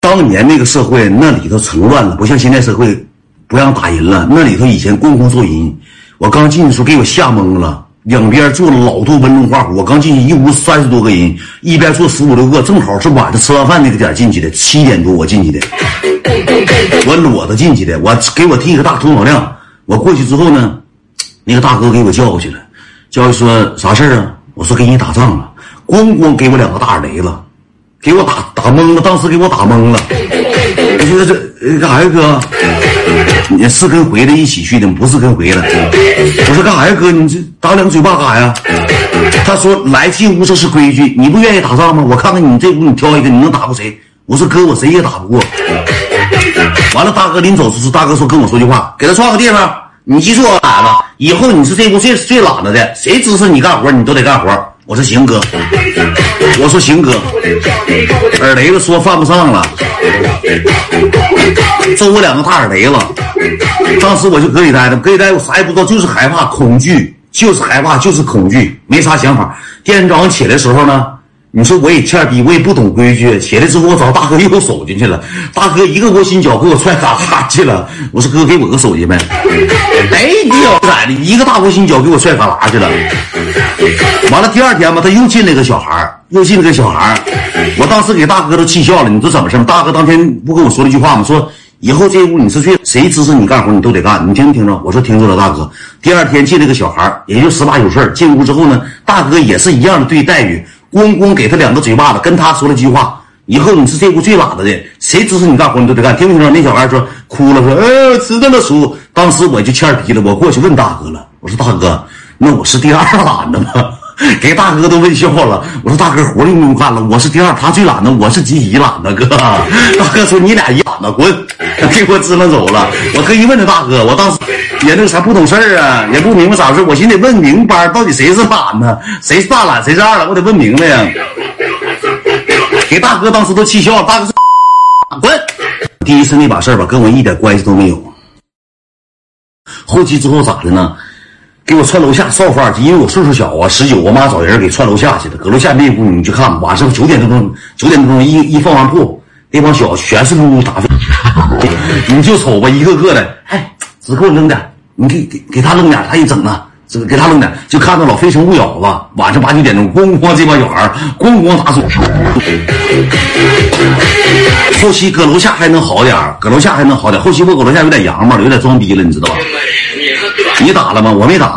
当年那个社会那里头成乱了，不像现在社会不让打人了，那里头以前咣咣揍人。我刚进去的时候给我吓懵了，两边坐了老多温中花火，我刚进去一屋30多个人，一边坐15、16个，正好是晚上吃完饭那个点进去的，7点多我进去的，我裸着进去的，我给我剃个大头脑亮。我过去之后呢，那个大哥给我叫过去了，叫去说啥事啊？我说给你打仗了，咣咣给我2个大耳雷子，给我打懵了，当时给我打懵了。我说这干啥呀哥？你是跟回来一起去的，不是跟回来。我说干啥呀哥？你这打2个嘴巴干啥呀？他说来进屋这是规矩，你不愿意打仗吗？我看看你这屋你挑一个，你能打过谁？我说哥，我谁也打不过。完了，大哥临走时，大哥说跟我说句话，给他创个地方，你记住我俩了，以后你是这屋最懒的的，谁支持你干活你都得干活。我说行哥，我说行哥，耳雷子说犯不上了，揍我2个大耳雷子。当时我就搁里待着，搁里待着我啥也不知道，就是害怕恐惧，就是害怕就是恐惧，没啥想法。第二天早上起来的时候呢，你说我也欠逼，我也不懂规矩，起来之后我找大哥又手进去了，大哥一个窝心脚给我踹嘎嘎去了。我说哥给我个手去呗，哎你有崽的，一个大窝心脚给我踹嘎啦去了。完了第二天吧，他又进了个小孩，我当时给大哥都气笑了。你说怎么事？大哥当天不跟我说了一句话吗？说以后这屋你是谁支持你干活你都得干，你听没听着？我说听着了大哥。第二天进了个小孩，也就18、19岁，进屋之后呢，大哥也是一样的对待遇，咣咣给他2个嘴巴子，跟他说了句话，以后你是这屋最懒的，谁支持你干活你都得干，听没听着？那小孩说哭了，说知道了叔。当时我就欠逼了，我过去问大哥了，我说大哥，那我是第2懒的吗？给大哥都问笑了。我说大哥活用不用干了？我是第2，他最懒的，我是第1懒的哥。大哥说你俩一懒的，滚，给我支棱走了。我特意问着大哥，我当时也那个啥不懂事啊，也不明白咋回事，我寻思得问明白到底谁是懒呢？谁是大懒，谁是2懒，我得问明白呀。给大哥当时都气笑了，大哥说滚。第一次那把事吧，跟我一点关系都没有。后期之后咋的呢？给我窜楼下少妇因为我岁数小啊，19，我妈找人给窜楼下去了。搁楼下那屋你去看，晚上9点多钟一放完铺，那帮小全是撸打飞，你就瞅吧，一个个的，哎，只给我扔点，你给他扔点，他一整啊，这个给他扔点，就看到老非诚勿扰了。晚上8、9点钟，咣咣这帮小孩咣咣打手。后期搁楼下还能好点，后期我搁楼下有点洋嘛了，有点装逼了，你知道吧？你打了吗？我没打。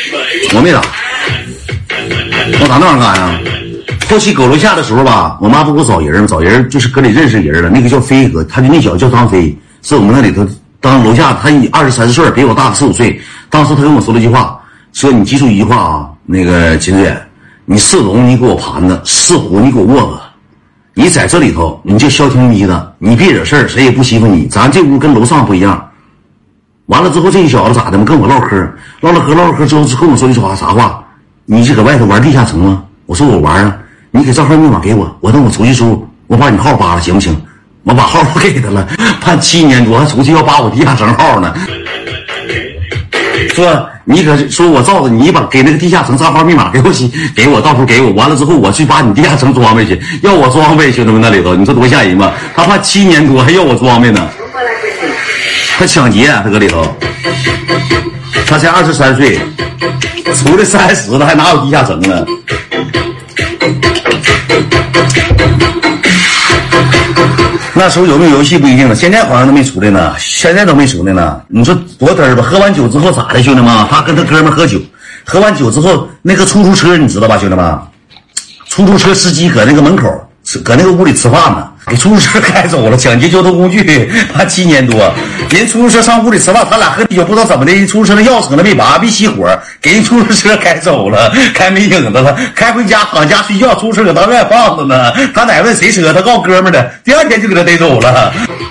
我打那玩意干呀？后期搁楼下的时候吧，我妈不给我找人就是搁里认识人了，那个叫飞哥，他的那小子叫张飞，是我们那里头当楼下，他20、30岁，比我大4、5岁。当时他跟我说了一句话，说你记住一句话啊，那个秦志远，你是龙你给我盘子，是虎你给我窝子，你在这里头你就消停咪的，你别惹事儿，谁也不欺负你，咱这屋跟楼上不一样。完了之后，这一小子咋的嘛？跟我唠嗑之后，跟我说一句话，啥话？你是搁外头玩地下城吗？我说我玩啊。你给账号密码给我，我等我出去时候，我把你号扒了，行不行？我把号都给他了，判7年多，还出去要扒我地下城号呢。说你可说我照着你把给那个地下城账号密码给我，到时候给我，完了之后我去把你地下城装备去，要我装备，兄弟们那里头，你说多吓人吧？他判7年多，还要我装备呢。他抢劫，他搁里头，他才23岁，出来30了，还哪有地下城呢？那时候有没有游戏不一定了，现在好像都没出来呢，你说多嘚儿吧？喝完酒之后咋的，兄弟们？他跟他哥们喝酒，喝完酒之后，那个出租车你知道吧，兄弟们？出租车司机搁那个门口，搁那个屋里吃饭呢。给出租车开走了，抢劫交通工具，判7年多。人出租车上屋里吃饭，他俩喝酒不知道怎么的，出租车的钥匙可能没拔，没熄火，给人出租车开走了，开没影子了，开回家躺家睡觉，出租车搁当院放着呢。他哪问谁车？他告哥们的，第2天就给他逮走了。